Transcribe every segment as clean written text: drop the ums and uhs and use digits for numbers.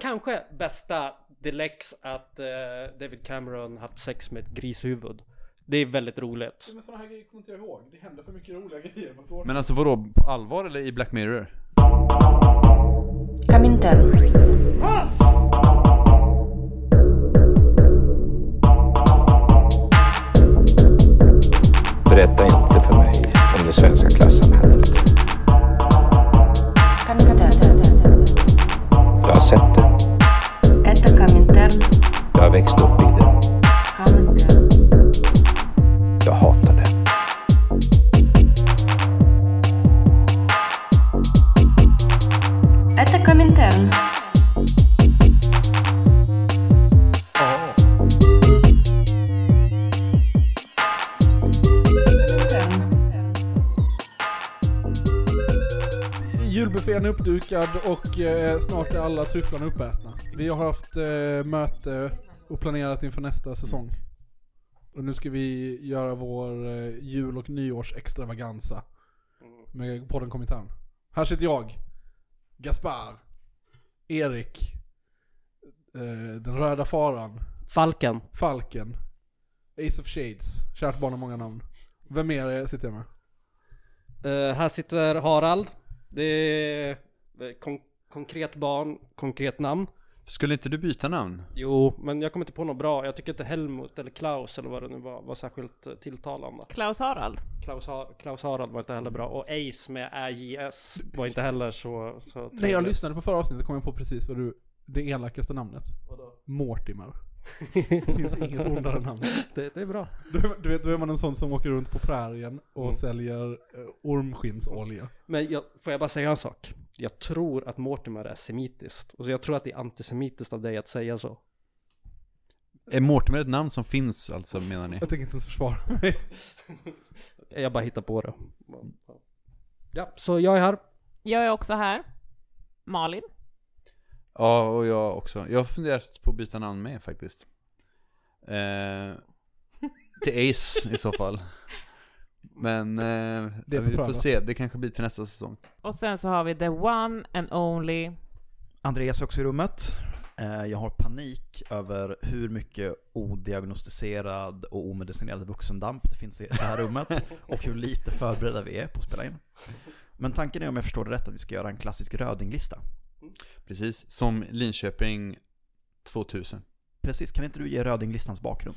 kanske bästa Deluxe att David Cameron haft sex med ett grishuvud. Det är väldigt roligt. Men sådana här grejer kommer inte jag ihåg. Det händer för mycket roliga grejer. Men alltså vadå, på allvar eller i Black Mirror? Comintern. Berätta inte för mig om det svenska klassamhället. Jag har sett det. Это Comintern. Jag har växt upp i det. Comintern. Jag hatar det. Это Comintern. Julbuffén är uppdukad och snart är alla tryfflarna uppätna. Vi har haft möte och planerat inför nästa säsong. Och nu ska vi göra vår jul- och nyårs-extravaganza med podden Comintern. Här sitter jag, Gaspar, Erik, den röda faran, Falken, Ace of Shades, kärt barn har många namn. Vem mer sitter jag med? Här sitter Harald. Det är konkret barn, konkret namn. Skulle inte du byta namn? Jo, men jag kommer inte på något bra. Jag tycker inte Helmut eller Klaus eller vad det nu var särskilt tilltalande. Klaus Harald. Klaus Harald var inte heller bra. Och Ace med AJS var inte heller så Nej, jag lyssnade på förra avsnittet och kom jag på precis vad det elakaste namnet. Vadå? Mortimer. Det finns inget ondare namn. Det är bra. Du vet, då är man en sån som åker runt på prärien och säljer ormskinnsolja. Men får jag bara säga en sak? Jag tror att Mortimer är semitiskt. Och så jag tror att det är antisemitiskt av dig att säga så. Är Mortimer ett namn som finns alltså, menar ni? Jag tänker inte ens försvara mig. Jag bara hittar på det. Ja, så jag är här. Jag är också här. Malin. Ja, och jag också. Jag har funderat på att byta namn med faktiskt. Till Ace i så fall. Men vi får se. Det kanske blir till nästa säsong. Och sen så har vi the one and only Andreas är också i rummet. Jag har panik över hur mycket odiagnostiserad och omedicinerad vuxendamp det finns i det här rummet. Och hur lite förberedda vi är på att spela in. Men tanken är, om jag förstår det rätt, att vi ska göra en klassisk rödinglista. Precis, som Linköping 2000. Precis, kan inte du ge rödinglistans bakgrund?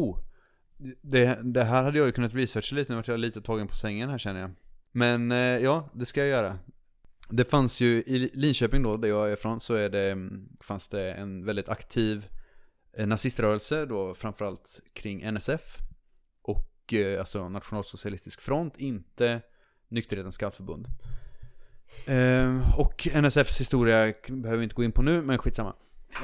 Det här hade jag ju kunnat researcha lite. Nu var jag lite tagen på sängen här, känner jag. Men ja, det ska jag göra. Det fanns ju i Linköping då, där jag är ifrån, så fanns det en väldigt aktiv naziströrelse då, framförallt kring NSF och alltså Nationalsocialistisk front, inte Nykterhetens skattförbund. Och NSFs historia behöver vi inte gå in på nu, men skitsamma.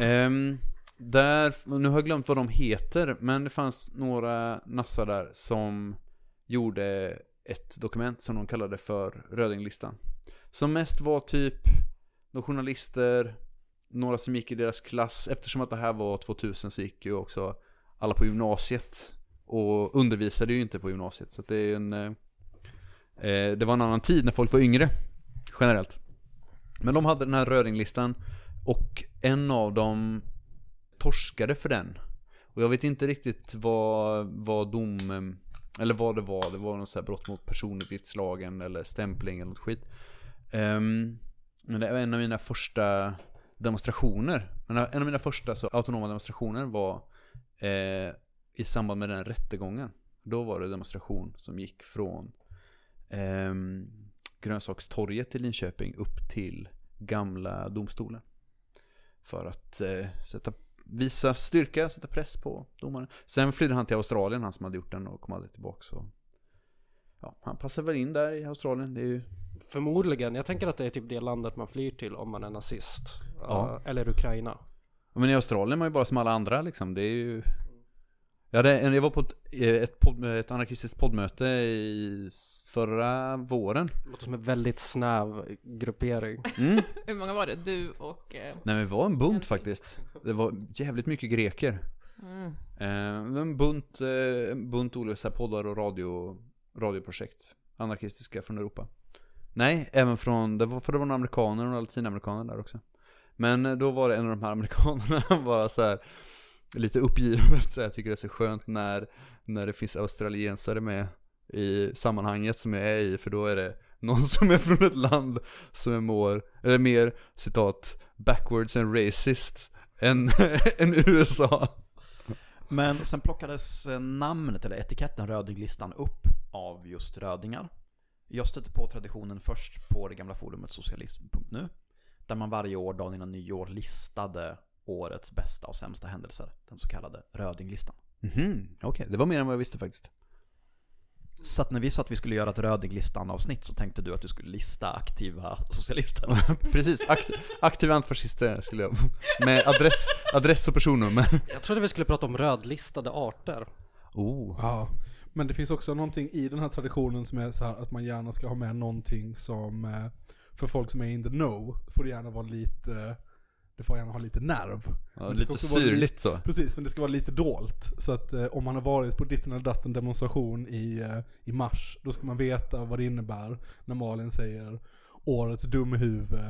Nu har jag glömt vad de heter, men det fanns några nassar där som gjorde ett dokument som de kallade för Rödinglistan. Som mest var typ några journalister, några som gick i deras klass. Eftersom att det här var 2000 så gick ju också alla på gymnasiet och undervisade ju inte på gymnasiet. Så att det var en annan tid när folk var yngre generellt. Men de hade den här Rödinglistan och en av dem torskade för den. Och jag vet inte riktigt vad dom eller vad det var. Det var något så här brott mot personuppgiftslagen eller stämpling eller något skit. Men det var en av mina första demonstrationer. En av mina första så autonoma demonstrationer var i samband med den rättegången. Då var det demonstration som gick från Grönsakstorget till Linköping upp till gamla domstolen. För att visa styrka, sätta press på domaren. Sen flydde han till Australien, han som hade gjort den, och kom aldrig tillbaka. Så ja, han passar väl in där i Australien. Det är ju förmodligen. Jag tänker att det är typ det landet man flyr till om man är nazist. Ja. Eller Ukraina. Men i Australien är man ju bara som alla andra liksom. Det är ju... Jag var på ett anarkistiskt poddmöte förra våren. Det låter som en väldigt snäv gruppering. Hur många var det? Du och... Nej, men det var en bunt faktiskt. Det var jävligt mycket greker. En bunt olika så här poddar och radioprojekt. Anarkistiska från Europa. Nej, även från... Det var några amerikaner och latinamerikaner där också. Men då var det en av de här amerikanerna bara så här lite uppgivet, så jag tycker det är så skönt när det finns australiensare med i sammanhanget som jag är i, för då är det någon som är från ett land som är mer citat backwards and racist än USA. Men sen plockades namnet eller etiketten Rödinglistan upp av just rödingar. Jag stötte på traditionen först på det gamla forumet socialism.nu, där man varje år dagen innan nyår listade årets bästa och sämsta händelser, den så kallade Rödinglistan. Okej, det var mer än vad jag visste faktiskt. Så att när vi sa att vi skulle göra ett Rödinglistan-avsnitt så tänkte du att du skulle lista aktiva socialister. Precis, aktiva antifascister skulle jag, med adress och personnummer. Jag trodde vi skulle prata om rödlistade arter. Ja, men det finns också någonting i den här traditionen som är så här att man gärna ska ha med någonting som för folk som är in the know får det gärna vara lite, det får gärna ha lite nerv. Ja, lite syrligt så. Precis, men det ska vara lite dolt. Så att om man har varit på ditten eller datten demonstration i mars, då ska man veta vad det innebär när Malin säger årets dumhuvud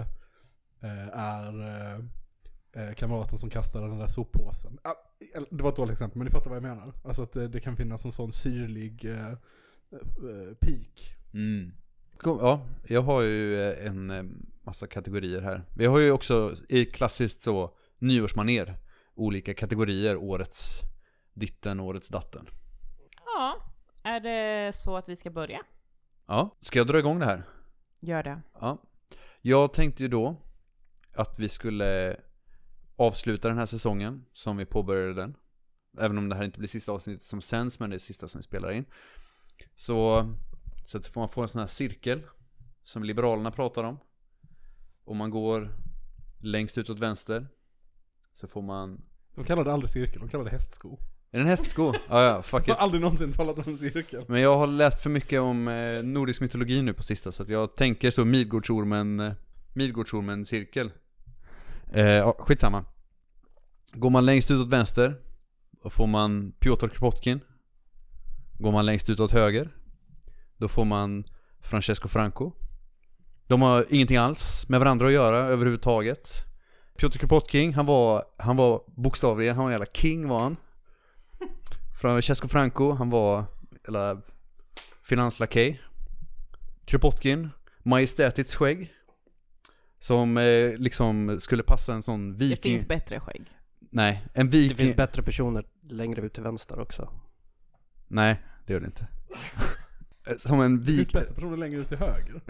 är kamraten som kastade den där soppåsen. Det var ett dåligt exempel, men ni fattar vad jag menar. Alltså att det kan finnas en sån syrlig peak. Ja, jag har ju en massa kategorier här. Vi har ju också i klassiskt så nyårsmaner olika kategorier, årets ditten, årets datten. Ja, är det så att vi ska börja? Ja, ska jag dra igång det här? Gör det. Ja. Jag tänkte ju då att vi skulle avsluta den här säsongen som vi påbörjade den. Även om det här inte blir sista avsnittet som sänds, men det är sista som vi spelar in. Så att får man få en sån här cirkel som Liberalerna pratar om. Om man går längst ut åt vänster så får man... De kallar det aldrig cirkel, de kallar det hästsko. Är det en hästsko? Ja, fuck it. Jag har aldrig någonsin talat om en cirkel. Men jag har läst för mycket om nordisk mytologi nu på sista, så att jag tänker så Midgårdsormen cirkel. Skitsamma. Går man längst ut åt vänster, då får man Piotr Kropotkin. Går man längst ut åt höger, då får man Francesco Franco. De har ingenting alls med varandra att göra överhuvudtaget. Piotr Kropotkin, han var bokstavlig, han var en jävla king var han. Francesco Franco, han var finanslakej. Kropotkin, majestätiskt skägg. Som liksom skulle passa en sån viking. Det finns bättre skägg. Nej, en viking. Det finns bättre personer längre ut till vänster också. Nej, det gör det inte. Som en Det finns bättre personer längre ut till höger.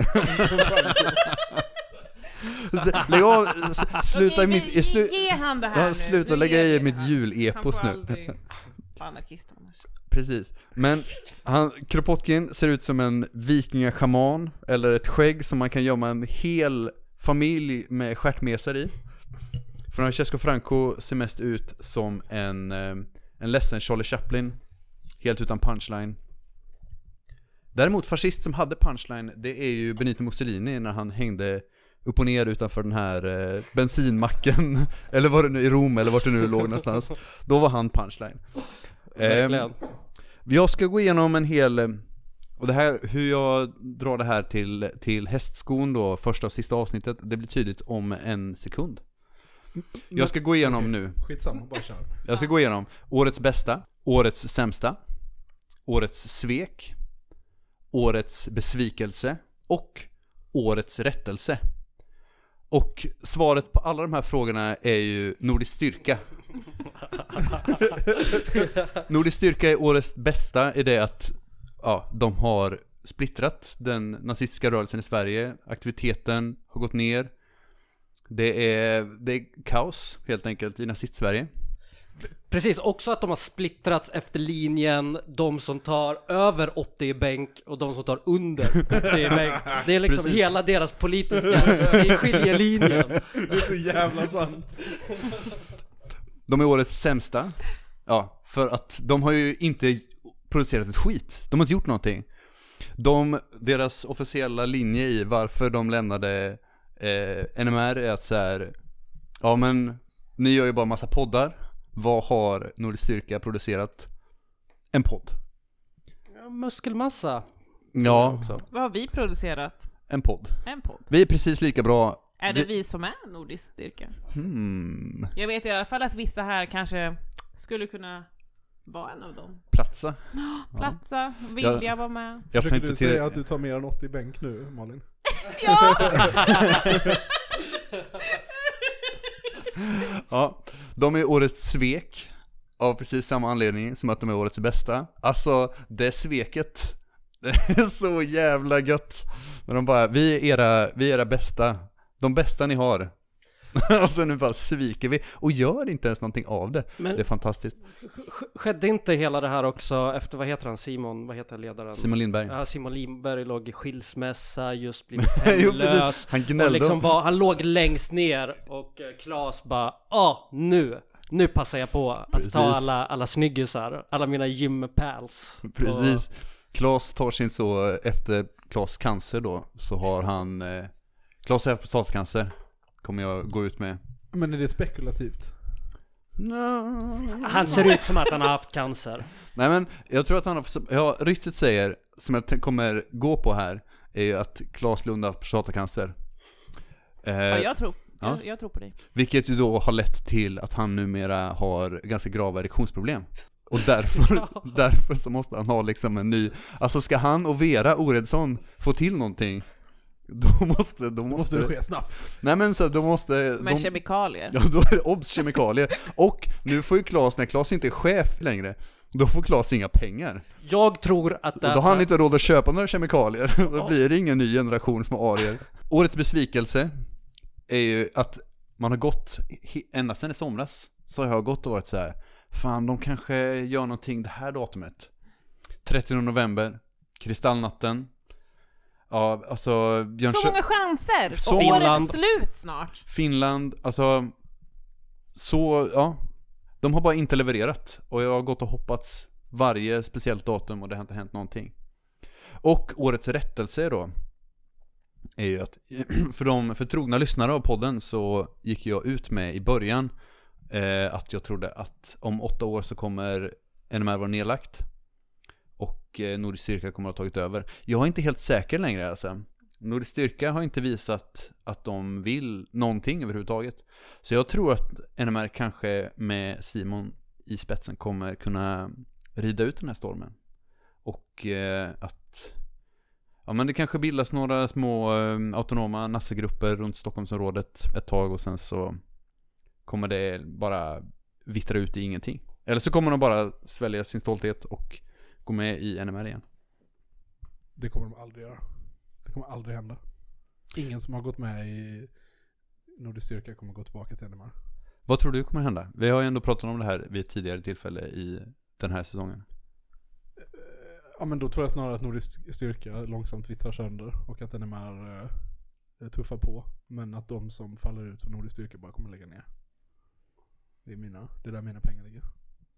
Lägg av, sluta Okej, i mitt... ge han det här nu. Sluta lägga i mitt julepos nu. Anarkist annars. Precis. Men Kropotkin ser ut som en vikingaschaman eller ett skägg som man kan gömma en hel familj med stjärtmesar i. Francesco Franco ser mest ut som en ledsen Charlie Chaplin, helt utan punchline. Däremot fascist som hade punchline, det är ju Benito Mussolini när han hängde upp och ner utanför den här bensinmacken eller var det nu i Rom eller vart det nu låg någonstans. Då var han punchline. Jag ska gå igenom en hel, och det här, hur jag drar det här till hästskon då, första och sista avsnittet, det blir tydligt om en sekund. Jag ska gå igenom nu. Skitsamma, bara kör. Jag ska gå igenom årets bästa, årets sämsta, årets svek, årets besvikelse och årets rättelse. Och svaret på alla de här frågorna är ju nordisk styrka. Nordisk styrka är årets bästa i det att de har splittrat den nazistiska rörelsen i Sverige. Aktiviteten har gått ner. Det är kaos helt enkelt i nazist-Sverige. Precis, också att de har splittrats efter linjen de som tar över 80 i bänk och de som tar under 80 i bänk. Det är liksom hela deras politiska skiljelinjen. Det är så jävla sant. De är årets sämsta. Ja, för att de har ju inte producerat ett skit. De har inte gjort någonting. Deras officiella linje i varför de lämnade NMR är att så här, ja men ni gör ju bara massa poddar. Vad har Nordisk styrka producerat? En podd. Ja, muskelmassa. Ja, Också. Vad har vi producerat? en podd. En podd. Vi är precis lika bra Är det vi som är nordisk styrka? Jag vet i alla fall att vissa här kanske skulle kunna vara en av dem. Platsa. Platsa, vilja vara med. Jag tar Försöker inte du till... säga att du tar mer än 80 bänk nu, Malin? Ja! Ja, de är årets svek av precis samma anledning som att de är årets bästa. Alltså, det sveket, det är så jävla gött. När de bara, vi är era bästa, de bästa ni har. Och så nu bara sviker vi och gör inte ens någonting av det. Men det är fantastiskt. Skedde inte hela det här också efter, vad heter han, Simon, vad heter ledaren? Simon Lindberg. Ja, Simon Lindberg låg i skilsmässa, just blivit hemlös. Han gnällde. Liksom han låg längst ner och Claes bara, nu passar jag på att ta alla snyggisar, alla mina gympals. Precis. Claes tar sin så, efter Claes cancer då, så har han, Claes har haft prostatcancer. Kommer jag gå ut med. Men är det spekulativt? No. Han ser ut som att han har haft cancer. Nej, men jag tror att han har, ryktet säger, som jag kommer gå på här, är ju att Claes Lund har prostatacancer. Jag tror på dig. Vilket ju då har lett till att han numera har ganska grava erektionsproblem. Och därför så måste han ha liksom en ny. Alltså ska han och Vera Oredsson få till någonting, då måste det ske snabbt. Nej, men så då måste med kemikalier. Ja, då är det obs kemikalier. Och nu får ju Claes, när Claes inte är chef längre, då får Claes inga pengar. Jag tror att det är då har han inte råd att köpa några kemikalier. Då blir det ingen ny generation som har arier. Årets besvikelse är ju att man har gått ända sedan i somras, så har jag gått och varit så här: fan, de kanske gör någonting det här datumet. 30 november, Kristallnatten. Ja, alltså så många chanser. Så Finland. Slut snart. Finland, alltså så, ja, de har bara inte levererat. Och jag har gått och hoppats varje speciellt datum och det har inte hänt någonting. Och årets rättelse då är ju att för trogna lyssnare av podden så gick jag ut med i början att jag trodde att om 8 år så kommer NMR vara nedlagt och Nordisk Styrka kommer att ha tagit över. Jag är inte helt säker längre alltså. Nordisk Styrka har inte visat att de vill någonting överhuvudtaget. Så jag tror att NMR kanske med Simon i spetsen kommer kunna rida ut den här stormen. Och att men det kanske bildas några små autonoma nassegrupper runt Stockholmsområdet ett tag och sen så kommer det bara vittra ut i ingenting. Eller så kommer de bara svälja sin stolthet och gå med i NMR igen. Det kommer de aldrig göra. Det kommer aldrig hända. Ingen som har gått med i Nordisk Styrka kommer gå tillbaka till NMR. Vad tror du kommer hända? Vi har ju ändå pratat om det här vid ett tidigare tillfälle i den här säsongen. Ja, men då tror jag snarare att Nordisk Styrka långsamt vittrar sönder och att NMR tuffar på. Men att de som faller ut för Nordisk Styrka bara kommer lägga ner. Det är där mina pengar ligger.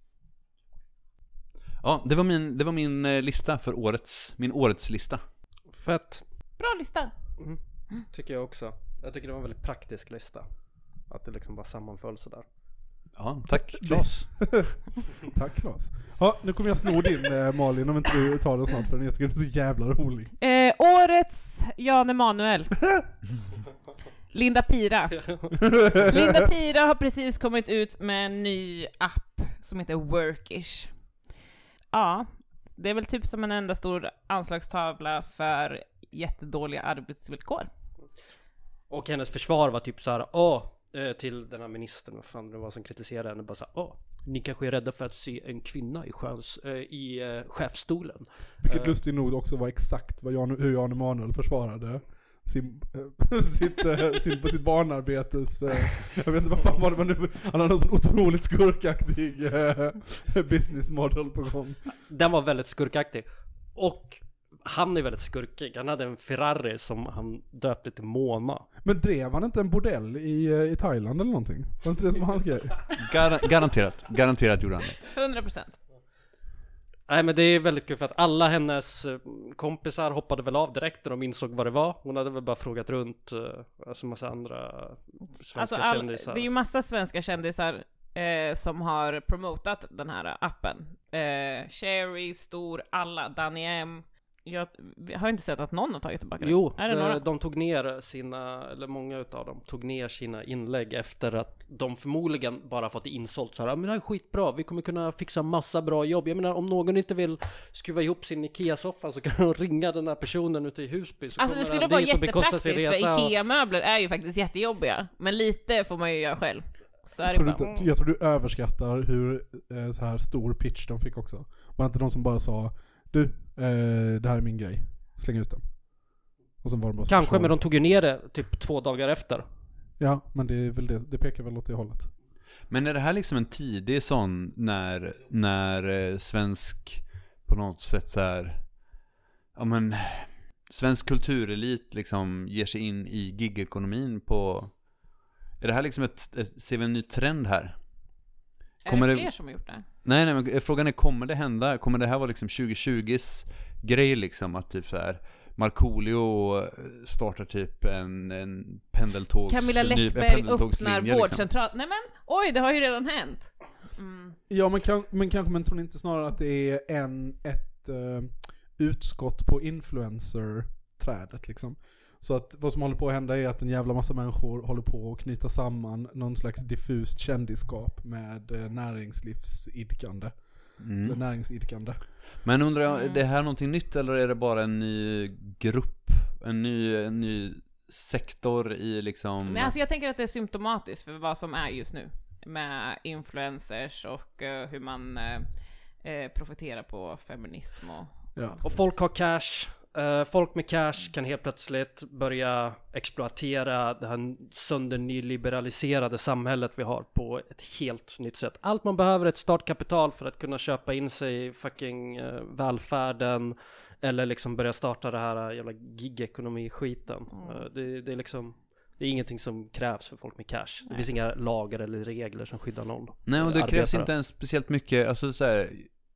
Ja, det var min lista för min årets lista. Fett. Bra lista. Tycker jag också. Jag tycker det var en väldigt praktisk lista. Att det liksom bara sammanföll sådär. Ja, tack Claes. Tack Claes. Ja, nu kommer jag sno din Malin om inte du tar den snart för jag tycker den är så jävla rolig. Årets Jan Emanuel. Linda Pira. Linda Pira har precis kommit ut med en ny app som heter Workish. Ja, det är väl typ som en enda stor anslagstavla för jättedåliga arbetsvillkor. Och hennes försvar var typ så här, till den här ministern, vad fan det var som kritiserade henne, bara så här, ni kanske är rädda för att se en kvinna i chefsstolen. Vilket lustigt nog också var exakt hur Jan Emanuel försvarade sitt barnarbetes jag vet inte vad fan var det nu. Han hade en sån otroligt skurkaktig business model på gång. Den var väldigt skurkaktig. Och han är väldigt skurkig. Han hade en Ferrari som han döpte till Mona. Men drev han inte en bordell i Thailand eller någonting? Var inte det som hans grej? Garanterat gjorde han det. 100%. Nej, men det är väldigt kul för att alla hennes kompisar hoppade väl av direkt när de insåg vad det var. Hon hade väl bara frågat runt alltså massa andra svenska kändisar. Det är ju massa svenska kändisar som har promotat den här appen. Sherry, Stor, alla, Danny M. Jag har inte sett att någon har tagit tillbaka det. Jo, Är det några? de tog ner sina, eller många utav dem tog ner sina inlägg efter att de förmodligen bara fått det insålt så här, men det här är skitbra, vi kommer kunna fixa massa bra jobb. Jag menar, om någon inte vill skruva ihop sin Ikea-soffa så kan de ringa den här personen ute i Husby, så Alltså det skulle vara jättepraktiskt, för Ikea-möbler är ju faktiskt jättejobbiga, men lite får man ju göra själv. Så är det bara. Jag tror du överskattar hur så här stor pitch de fick också. Var inte de som bara sa, du, det här är min grej, släng ut den. Och sen var de bara kanske, men de tog ju ner det typ 2 dagar efter. Ja, men det är väl det pekar väl åt det hållet. Men är det här liksom en tidig sån när svensk på något sätt så här, ja men svensk kulturelit liksom ger sig in i gigekonomin på, är det här liksom ser vi en ny trend här? Är det fler som har gjort det? Nej, men frågan är, kommer det hända? Kommer det här vara liksom 2020s grej liksom, att typ så här Markoolio startar typ en pendeltågs... Camilla Läckberg öppnar vårdcentral. Liksom. Nej men, oj, det har ju redan hänt. Mm. Ja, men kanske tror ni inte snarare att det är ett utskott på influencer-trädet liksom. Så att vad som håller på att hända är att en jävla massa människor håller på att knyta samman någon slags diffust kändisskap med näringslivsidkande. Eller näringsidkande. Men undrar jag, är det här någonting nytt eller är det bara en ny grupp? En ny sektor i liksom... Nej, alltså jag tänker att det är symptomatiskt för vad som är just nu. Med influencers och hur man profiterar på feminism och... Ja. Och folk har cash. Folk med cash kan helt plötsligt börja exploatera det här söndernyliberaliserade samhället vi har på ett helt nytt sätt. Allt man behöver är ett startkapital för att kunna köpa in sig i fucking välfärden eller liksom börja starta det här jävla gigekonomi-skiten. Det är liksom, det är ingenting som krävs för folk med cash. Det finns inga lagar eller regler som skyddar någon. Nej, och det krävs inte ens speciellt mycket, alltså så här,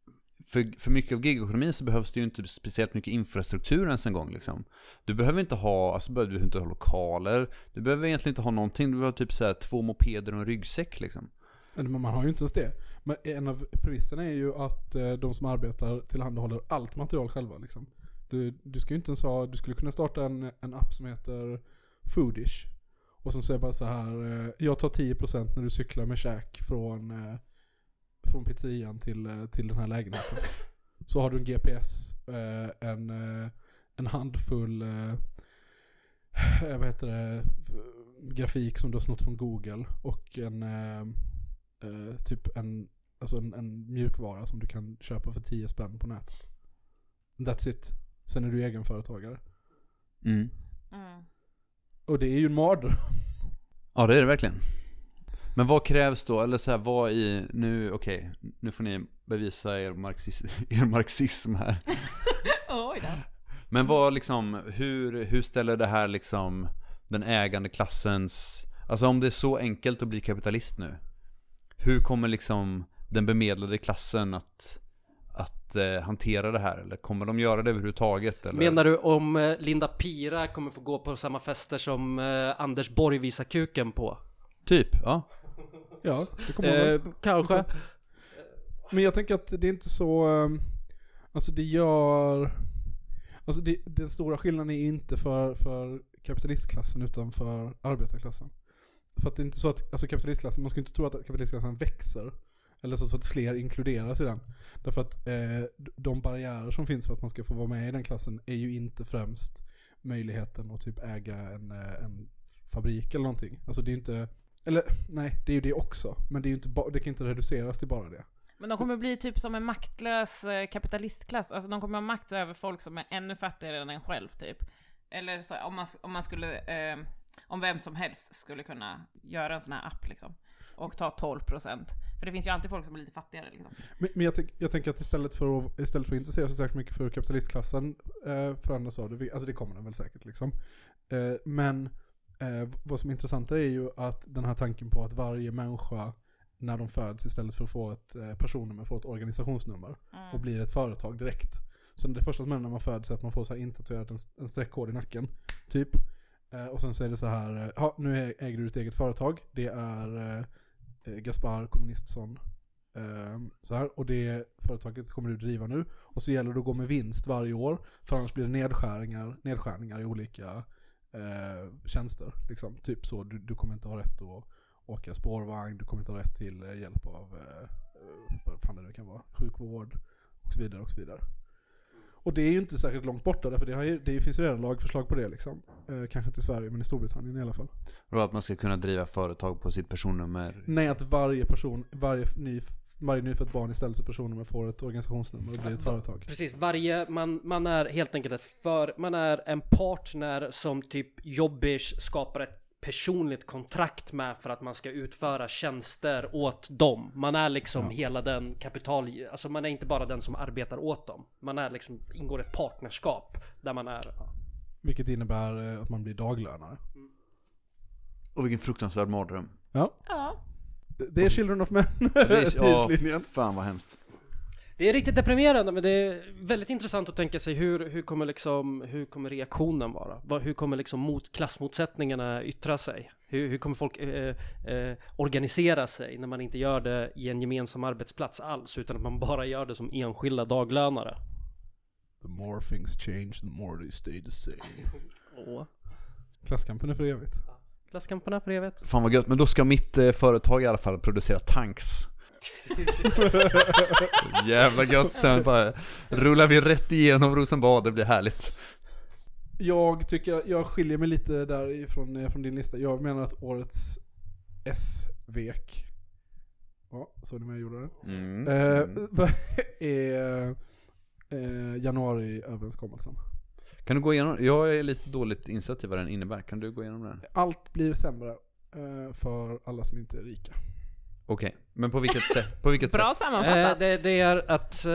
för mycket av gigekonomin så behövs det ju inte speciellt mycket infrastruktur ens en gång liksom. Du behöver inte ha lokaler. Du behöver egentligen inte ha någonting. Du behöver typ så här 2 mopeder och en ryggsäck liksom. Men man har ju inte ens det. Men en av premisserna är ju att de som arbetar tillhandahåller allt material själva liksom. Du ska ju inte ens ha, du skulle kunna starta en app som heter Foodish. Och som säger bara så här, jag tar 10% när du cyklar med käk från pizzerian till den här lägenheten. Så har du en GPS, en handfull grafik som du har snott från Google och en mjukvara som du kan köpa för 10 spänn på nätet. That's it. Sen är du egenföretagare. Och det är ju en mardröm. Ja, det är det verkligen. Men vad krävs då? Eller så här, vad i... Nu får ni bevisa er marxism här. Oj då. Men vad liksom... Hur ställer det här liksom den ägande klassens... Alltså om det är så enkelt att bli kapitalist nu. Hur kommer liksom den bemedlade klassen att hantera det här? Eller kommer de göra det överhuvudtaget? Eller? Menar du om Linda Pira kommer få gå på samma fester som Anders Borg visar kuken på? Typ, ja. Ja, det kommer kanske. Men jag tänker att det är inte så... den stora skillnaden är inte för kapitalistklassen utan för arbetarklassen. För att det är inte så att kapitalistklassen, man ska inte tro att kapitalistklassen växer eller så att fler inkluderas i den. Därför att de barriärer som finns för att man ska få vara med i den klassen är ju inte främst möjligheten att typ äga en fabrik eller någonting. Alltså det är inte... Eller nej, det är ju det också. Men det är ju inte det kan inte reduceras till bara det. Men de kommer bli typ som en maktlös kapitalistklass. Alltså de kommer ha makt över folk som är ännu fattigare än en själv typ. Eller så, om man skulle om vem som helst skulle kunna göra en sån här app liksom och ta 12%. För det finns ju alltid folk som är lite fattigare liksom. Men jag tänker att istället för att intressera sig särskilt mycket för kapitalistklassen förändras av det. Alltså det kommer den väl säkert liksom. Men vad som är intressant är ju att den här tanken på att varje människa när de föds istället för att få ett personnummer får ett organisationsnummer och blir ett företag direkt. Så det första som händer när man föds är att man får så här intatuerat en streckkod i nacken typ. Och sen så är det så här, nu äger du ett eget företag. Det är Gaspar Kommunistsson Så här, och det företaget kommer du driva nu. Och så gäller det att gå med vinst varje år. För annars blir det nedskärningar i olika tjänster. Liksom. Typ så, du kommer inte ha rätt att åka spårvagn. Du kommer inte ha rätt till hjälp av vad fan det nu kan vara, sjukvård och så vidare och så vidare. Och det är ju inte särskilt långt borta, därför det finns ju redan lagförslag på det liksom. Kanske inte i Sverige, men i Storbritannien i alla fall. Och att man ska kunna driva företag på sitt personnummer? Nej, att varje nyfött barn istället för personnummer får ett organisationsnummer och blir ett företag. Precis, man är helt enkelt man är en partner som typ Jobbish skapar ett personligt kontrakt med för att man ska utföra tjänster åt dem. Man är liksom hela den alltså man är inte bara den som arbetar åt dem. Man är liksom, ingår ett partnerskap där man är... Vilket innebär att man blir daglönare. Och vilken fruktansvärd mardröm. Ja. Det är Children of Men. Tidslinjen. Fan vad hemskt. Det är riktigt deprimerande, men det är väldigt intressant att tänka sig hur kommer reaktionen vara? Hur kommer liksom klassmotsättningarna yttra sig? Hur kommer folk organisera sig när man inte gör det i en gemensam arbetsplats alls, utan att man bara gör det som enskilda daglönare? The more things change, the more they stay the same. Klasskampen är för evigt. Klasskampen är för evigt. Fan vad gött, men då ska mitt företag i alla fall producera tanks. Jävla gött, sen bara rullar vi rätt igenom Rosenbad, det blir härligt. Jag tycker jag skiljer mig lite där från din lista. Jag menar att årets S-vek, så ni med jag gjorde det, är januariöverenskommelsen. Kan du gå igenom? Jag är lite dåligt insatt i vad den innebär. Kan du gå igenom den? Allt blir sämre för alla som inte är rika. Okej, men på vilket sätt? På vilket Bra sätt? sammanfattat. Det är att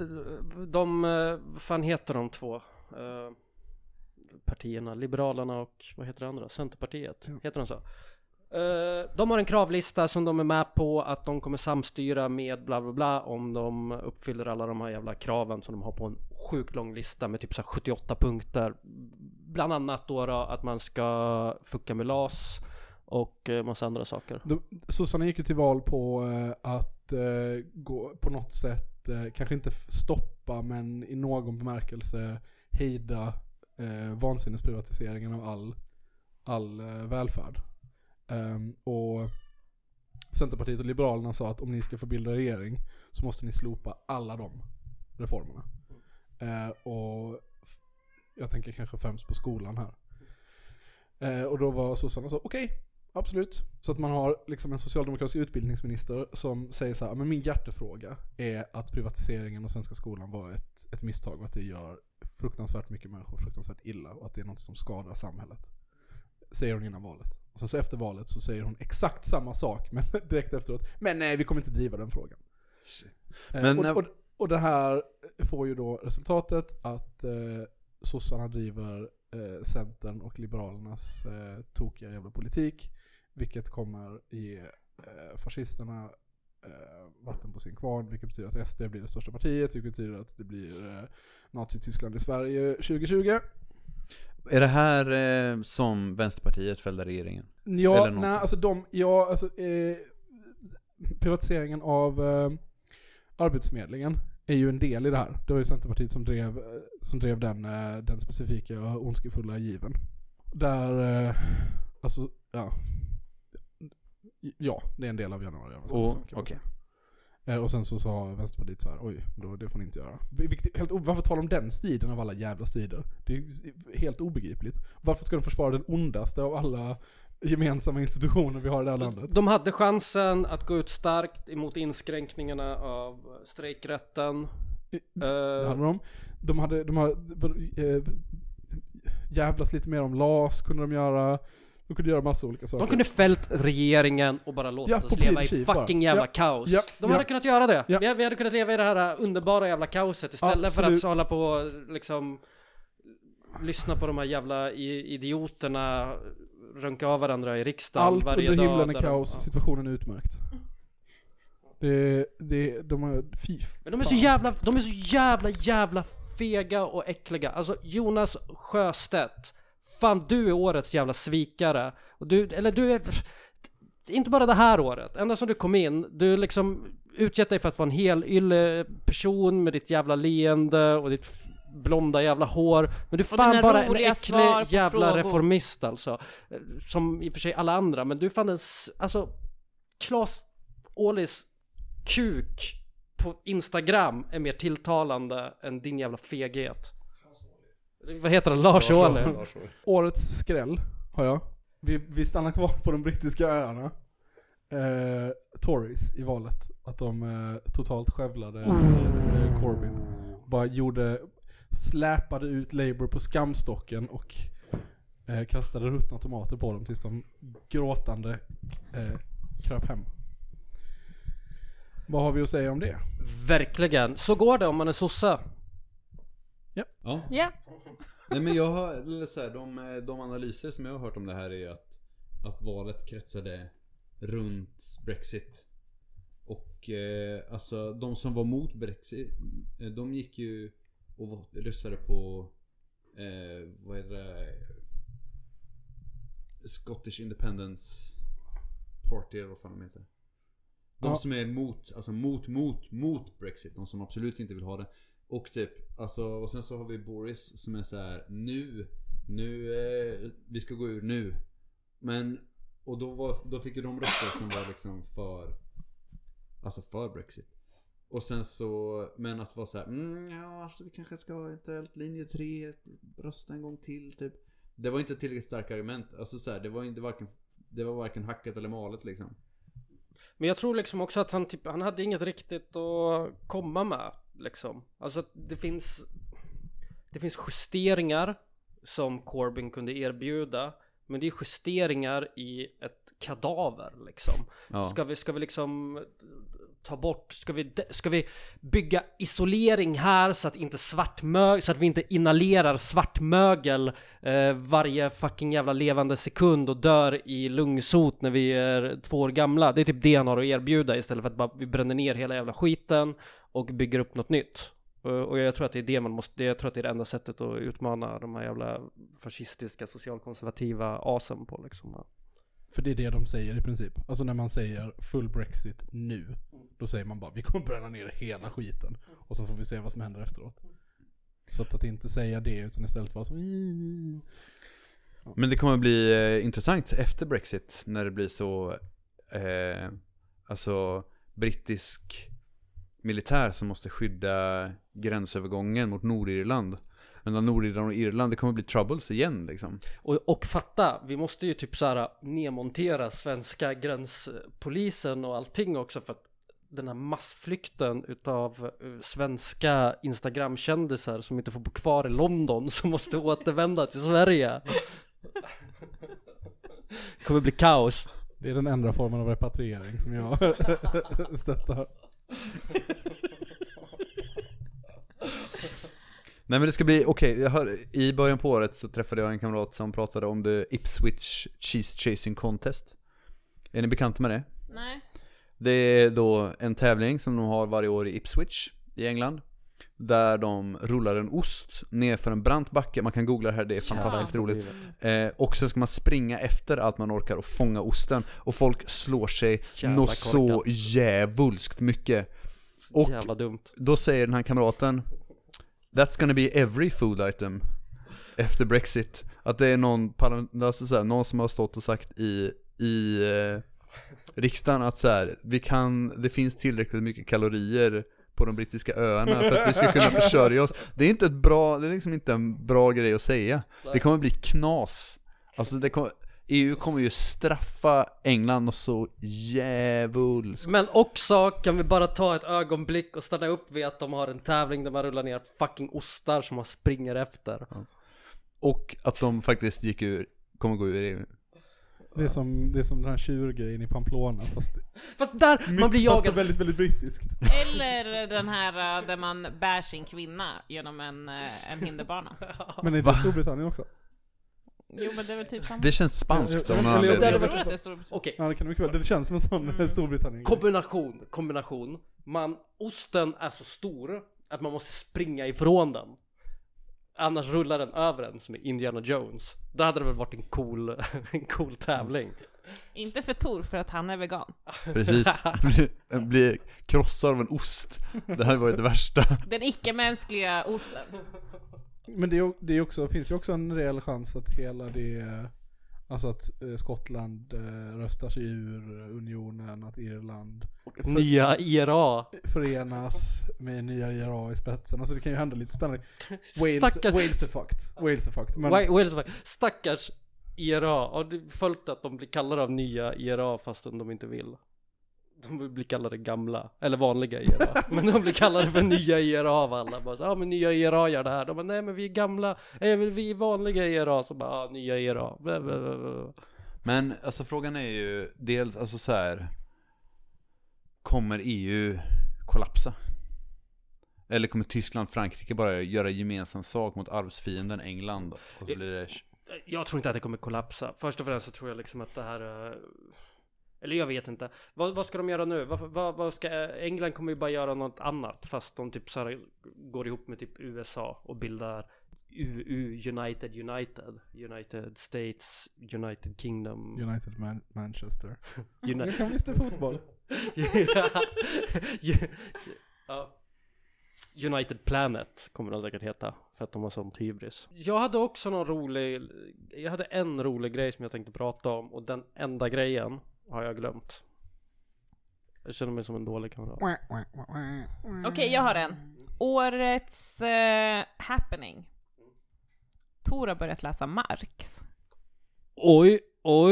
fan heter de två partierna, Liberalerna och vad heter det andra? Centerpartiet, heter de så? De har en kravlista som de är med på att de kommer samstyra med bla bla bla om de uppfyller alla de här jävla kraven som de har på en sjukt lång lista med typ så 78 punkter. Bland annat då att man ska fucka med LAS och massa andra saker. Sossarna gick ju till val på att gå på något sätt, kanske inte stoppa, men i någon bemärkelse hejda vansinnesprivatiseringen av all välfärd. Och Centerpartiet och Liberalerna sa att om ni ska få bilda regering så måste ni slopa alla de reformerna. Och jag tänker kanske främst på skolan här. Och då var sossarna så, okej, absolut. Så att man har liksom en socialdemokratisk utbildningsminister som säger så här, men min hjärtefråga är att privatiseringen av svenska skolan var ett misstag och att det gör fruktansvärt mycket människor fruktansvärt illa och att det är något som skadar samhället. Säger hon innan valet. Och så efter valet så säger hon exakt samma sak, men direkt efteråt, men nej, vi kommer inte driva den frågan. Och det här får ju då resultatet att sossarna driver Centern och Liberalernas tokiga jävla politik, vilket kommer ge fascisterna vatten på sin kvarn, vilket betyder att SD blir det största partiet, vilket betyder att det blir Nazi-Tyskland i Sverige 2020. Är det här som Vänsterpartiet fällde regeringen? Ja, nej, alltså privatiseringen av Arbetsförmedlingen är ju en del i det här. Det var ju Centerpartiet som drev den specifika ondskefulla given. Där, det är en del av januari. Okej. Och sen så sa Vänsterpartiet så här, oj, det får ni inte göra. Varför talar de om den striden av alla jävla strider? Det är helt obegripligt. Varför ska de försvara den ondaste av alla gemensamma institutioner vi har i det här landet? De hade chansen att gå ut starkt emot inskränkningarna av strejkrätten. Det hade de hade jävlas lite mer om LAS kunde de göra. De kunde göra massa olika saker. De kunde fällt regeringen och bara låta oss leva i fucking jävla kaos. De hade kunnat göra det. Vi hade kunnat leva i det här underbara jävla kaoset istället för att hålla på liksom lyssna på de här jävla idioterna runka av varandra i riksdagen allt varje under dag. Himlen är kaos, situationen är utmärkt. De är fif. Men de är så jävla fega och äckliga. Alltså Jonas Sjöstedt, fan, du är årets jävla svikare. Och du är inte bara det här året. Ända som du kom in, du liksom utgett dig för att vara en hel ylle person med ditt jävla leende och ditt blonda jävla hår. Men du är fan bara en äcklig jävla reformist alltså. Som i och för sig alla andra. Men du är fan alltså Claes Åhlis kuk på Instagram är mer tilltalande än din jävla feghet. Vad heter det? Lars Ohly. Årets skräll har jag. Vi stannar kvar på de brittiska öarna. Tories i valet. Att de totalt skövlade Corbyn. Bara släpade ut Labour på skamstocken och kastade ruttna tomater på dem tills de gråtande kröp hem. Vad har vi att säga om det? Verkligen. Så går det om man är sossa. Ja. Ja. Nej, men jag har eller så här, de analyser som jag har hört om det här är att valet kretsade runt Brexit. Och alltså de som var mot Brexit, de gick ju och röstade på vad heter det, Scottish Independence Party eller vad fan de heter. De som är mot Brexit, de som absolut inte vill ha det. Och typ, alltså, och sen så har vi Boris som är så här: nu vi ska gå ur nu. Men, och då fick ju de röster som var liksom för Brexit. Och sen så, men att vara så här, ja, alltså vi kanske ska ha ett linje 3 rösta en gång till typ. Det var inte ett tillräckligt starkt argument. Alltså så här, det var varken hackat eller malet liksom. Men jag tror liksom också att han hade inget riktigt att komma med liksom. Alltså det finns justeringar som Corbyn kunde erbjuda, men det är justeringar i ett kadaver liksom. Ja. Ska vi liksom ta bort, ska vi bygga isolering här så att inte så att vi inte inhalerar svartmögel varje fucking jävla levande sekund och dör i lungsot när vi är 2 år gamla. Det är typ det han har att erbjuda, istället för att bara vi bränner ner hela jävla skiten och bygger upp något nytt. Och jag tror att det är det jag tror att det är det enda sättet att utmana de här jävla fascistiska socialkonservativa asen på liksom. För det är det de säger i princip. Alltså när man säger full Brexit nu, då säger man bara vi kommer bränna ner hela skiten och så får vi se vad som händer efteråt. Så att inte säga det utan istället vara så. Men det kommer bli intressant efter Brexit när det blir så alltså brittisk militär som måste skydda gränsövergången mot Nordirland. Men Nordirland och Irland, det kommer bli troubles igen liksom. Och fatta, vi måste ju typ så här nedmontera svenska gränspolisen och allting också, för att den här massflykten utav svenska Instagram-kändisar som inte får bo kvar i London, som måste återvända till Sverige. Det kommer bli kaos. Det är den enda formen av repatriering som jag stöttar. Nej, men det ska bli okej. I början på året så träffade jag en kamrat som pratade om the Ipswich Cheese Chasing Contest. Är ni bekanta med det? Nej. Det är då en tävling som de har varje år i Ipswich i England, där de rullar en ost ner för en brant backe. Man kan googla det här, det är fantastiskt roligt. Och så ska man springa efter allt man orkar och fånga osten. Och folk slår sig något så jävulskt mycket. Och jävla dumt. Då säger den här kamraten: that's gonna be every food item efter Brexit. Att det är någon som har stått och sagt i riksdagen att så här, det finns tillräckligt mycket kalorier på de brittiska öarna för att vi ska kunna försörja oss. Det är liksom inte en bra grej att säga. Nej. Det kommer bli knas. Alltså EU kommer ju straffa England och så jävulst. Men också kan vi bara ta ett ögonblick och stanna upp vid att de har en tävling där man rullar ner fucking ostar som man springer efter. Ja. Och att de faktiskt kommer gå ur EU. Det är som den här tjurgrejen i Pamplona, fast där man blir jagad. Fast väldigt, väldigt brittiskt. Eller den här där man bär sin kvinna genom en hinderbana. Men är det Storbritannien också? Jo, men det är väl typ samma. Det känns spanskt av någon anledning. anledning. Jag tror att det är Storbritannien. Okej. Ja, det kan mycket väl. Det känns som en sån Storbritannien. Kombination. Osten är så stor att man måste springa ifrån den. Annars rullar den över en som är Indiana Jones. Då hade det väl varit en cool tävling. Inte för Tor, för att han är vegan. Precis. Blir krossad av en ost. Det här var det värsta. Den icke-mänskliga osten. Men det är också, finns ju också en reell chans att hela det, alltså att Skottland röstar sig ur unionen, att Irland Nya IRA. förenas med nya IRA i spetsen. Alltså det kan ju hända lite spännande. Stackars- Wales är fucked. Men Wales var stackars IRA. Har du följt att de blir kallade av nya IRA fastän de inte vill? De blir kallade gamla, eller vanliga IRA. Men de blir kallade för nya IRA av alla. Bara så, men nya IRA gör det här. De bara, nej men vi är gamla. Vi är vanliga IRA. Så bara, nya IRA. Men alltså frågan är ju dels, alltså så här, kommer EU kollapsa? Eller kommer Tyskland, Frankrike bara göra gemensam sak mot arvsfienden England? Och så blir det... Jag tror inte att det kommer kollapsa. Först och främst så tror jag liksom att det här... Eller jag vet inte. Vad ska de göra nu? Vad ska... England kommer ju bara göra något annat. Fast de typ så här går ihop med typ USA och bildar United States, United Kingdom. United Manchester. United... Jag kan visst fotboll. Ja. United Planet kommer de säkert heta, för att de har sån hybris. Jag hade också en rolig grej som jag tänkte prata om, och den enda grejen har jag glömt. Jag känner mig som en dålig kamrat. Okej, jag har en. Årets happening. Tor har börjat läsa Marx. Oj.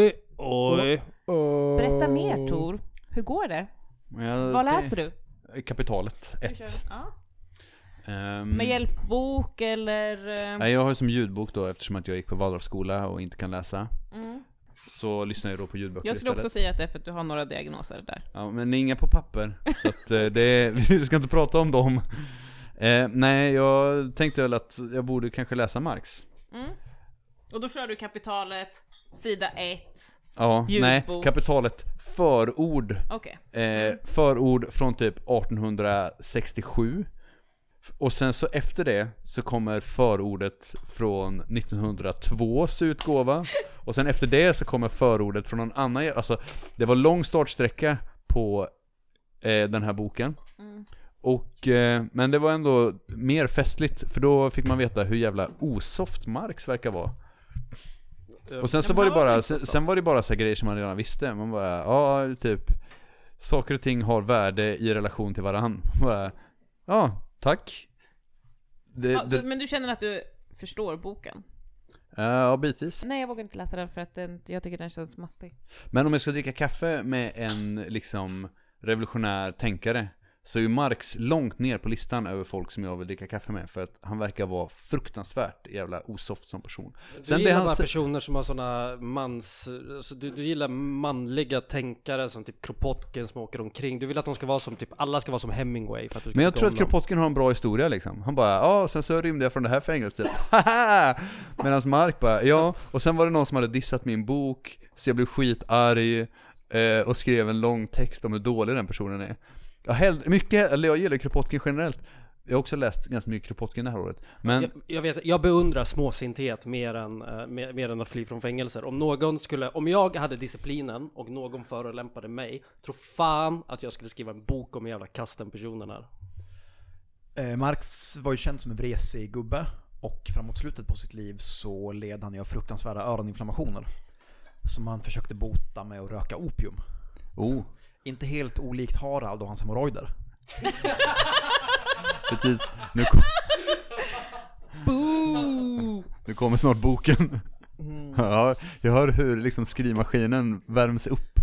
Berätta mer, Tor. Hur går det? Vad läser du? Kapitalet 1. Ja. Med hjälpbok eller? Nej, jag har som ljudbok då, eftersom att jag gick på Waldorfskola och inte kan läsa. Så lyssnar jag då på ljudböcker Jag skulle istället. också säga att det är för att du har några diagnoser där. Ja, men inga på papper. Så att vi ska inte prata om dem. Nej, jag tänkte väl att jag borde kanske läsa Marx. Och då kör du Kapitalet, sida 1. Ja, ljudbok. Nej, Kapitalet förord. Okej. Förord från typ 1867. Och sen så efter det så kommer förordet från 1902s utgåva. Och sen efter det så kommer förordet från någon annan. Alltså det var lång startsträcka på den här boken. Och, men det var ändå mer festligt, för då fick man veta hur jävla osoft Marx verkar vara. Och sen så var det bara, sen var det bara så här grejer som man redan visste. Man bara, ja typ, saker och ting har värde i relation till varann. Bara, ja, tack. Men du känner att du förstår boken? Ja, bitvis. Nej, jag vågar inte läsa den för att jag tycker den känns mastig. Men om jag ska dricka kaffe med en liksom revolutionär tänkare, så är ju Marx långt ner på listan över folk som jag vill dricka kaffe med, för att han verkar vara fruktansvärt jävla osoft som person. Du gillar bara personer som har såna alltså du gillar manliga tänkare som typ Kropotkin som åker omkring. Du vill att de ska vara som typ, alla ska vara som Hemingway för att du ska. Men jag tror att Kropotkin har en bra historia liksom. Han bara, ja, sen så rymde jag från det här fängelset. Medans Marx bara, ja. Och sen var det någon som hade dissat min bok, så jag blev skitarg och skrev en lång text om hur dålig den personen är. Jag gillar Kropotkin generellt. Jag har också läst ganska mycket Kropotkin det här året. Men jag beundrar småsinthet mer än att fly från fängelser. Om jag hade disciplinen och någon förolämpade mig, tror fan att jag skulle skriva en bok om jävla kasten personen här. Marx var ju känd som en vresig gubbe, och framåt slutet på sitt liv så led han av fruktansvärda öroninflammationer som han försökte bota med att röka opium. Så, inte helt olikt Harald och hans hemorrojder. precis. Nu kommer snart boken. Ja, jag hör hur liksom skrivmaskinen värms upp.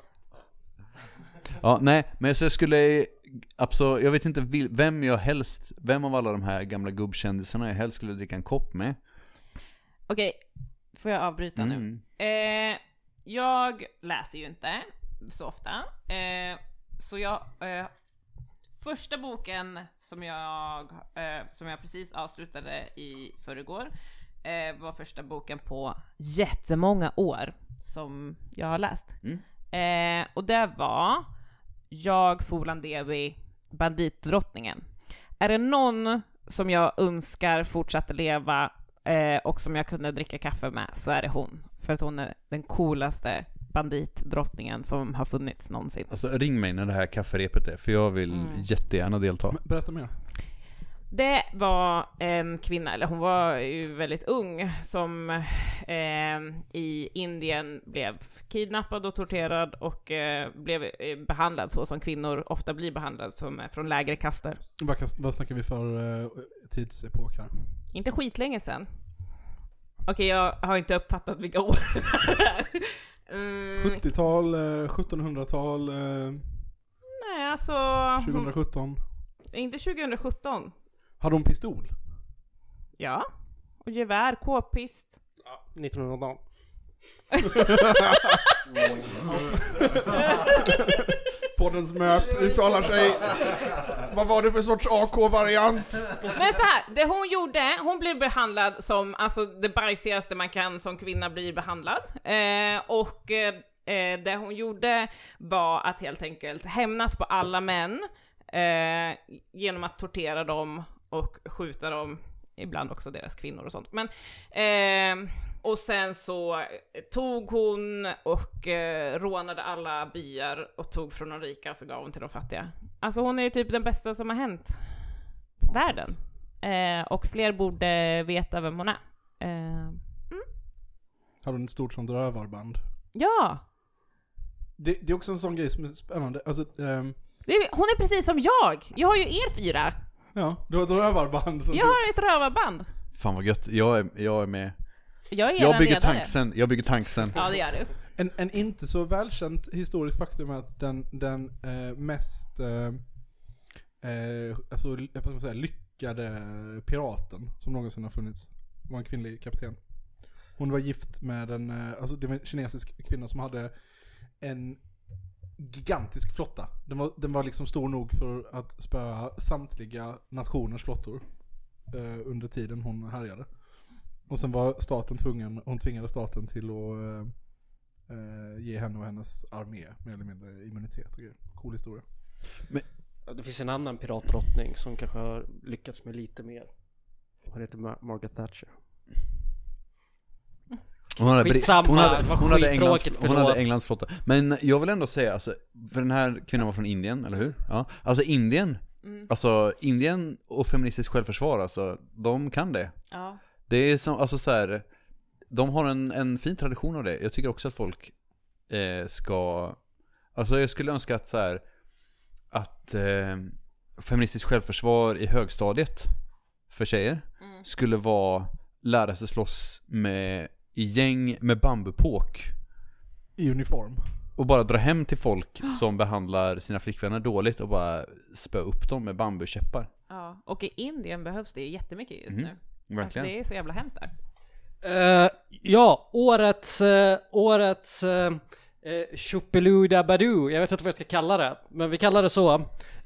Ja, nej, men så jag skulle absolut, jag vet inte vem av alla de här gamla gubbkändisarna jag helst skulle dricka en kopp med. Okej, får jag avbryta nu? Jag läser ju inte så ofta. Så jag första boken som jag precis avslutade i förrgår var första boken på jättemånga år som jag har läst. Och det var Jag, Folan Devi, Banditdrottningen. Är det någon som jag önskar fortsätta leva och som jag kunde dricka kaffe med, så är det hon. För att hon är den coolaste banditdrottningen som har funnits någonsin. Alltså ring mig när det här kafferepet är, för jag vill jättegärna delta. Berätta mer. Det var en kvinna, eller hon var ju väldigt ung, som i Indien blev kidnappad och torterad och blev behandlad så som kvinnor ofta blir behandlade, som är från lägre kaster. Vad snackar vi för tidsepok här? Inte skitlänge sedan. Okej, jag har inte uppfattat vilka år. 70-tal, 1700-tal, Nej, alltså... 2017. Inte 2017. Hade hon pistol? Ja. Och gevär, k-pist. 1900. Poddens möp uttalar sig. Vad var det för sorts AK-variant? Men så här, det hon gjorde, hon blev behandlad som alltså det bajsigaste man kan som kvinna bli behandlad. Det hon gjorde var att helt enkelt hämnas på alla män genom att tortera dem och skjuta dem, ibland också deras kvinnor och sånt. Men och sen så tog hon och rånade alla byar och tog från de rika och så gav hon till de fattiga. Alltså hon är ju typ den bästa som har hänt världen. Och fler borde veta vem hon är. Hade hon ett stort sånt rövarband? Ja! Det är också en sån grej som är spännande. Alltså, Hon är precis som jag. Jag har ju er 4. ja, du har ett rövarband. Jag har ett rövarband. Fan vad gött, jag är med. Jag bygger tanksen. Ja, det gör du. En inte så välkänt historisk faktum är att den mest alltså, vad ska man säga, lyckade piraten som någonsin har funnits var en kvinnlig kapten. Hon var gift med alltså det var en kinesisk kvinna som hade en gigantisk flotta. Den var liksom stor nog för att spöa samtliga nationers flottor under tiden hon härjade. Och sen var hon tvingade staten till att ge henne och hennes armé mer eller mindre immunitet och grejer. Cool historia. Men det finns en annan piratdrottning som kanske har lyckats med lite mer. Hon heter Margaret Thatcher. Hon hade Englands flotta. Men jag vill ändå säga, alltså, för den här kvinnan var från Indien, eller hur? Ja. Alltså Indien och feministiskt självförsvar, alltså, de kan det. Ja. Det är som, alltså så här, de har en fin tradition av det. Jag tycker också att folk ska, alltså jag skulle önska att så här, att feministiskt självförsvar i högstadiet för tjejer skulle vara lära sig slåss i gäng med bambupåk i uniform och bara dra hem till folk som behandlar sina flickvänner dåligt och bara spö upp dem med bambukäppar. Ja, och i Indien behövs det jättemycket just nu. Verkligen. Alltså, det är så jävla hemskt där. Ja, årets Chupiluda Badu, jag vet inte vad jag ska kalla det, men vi kallar det så.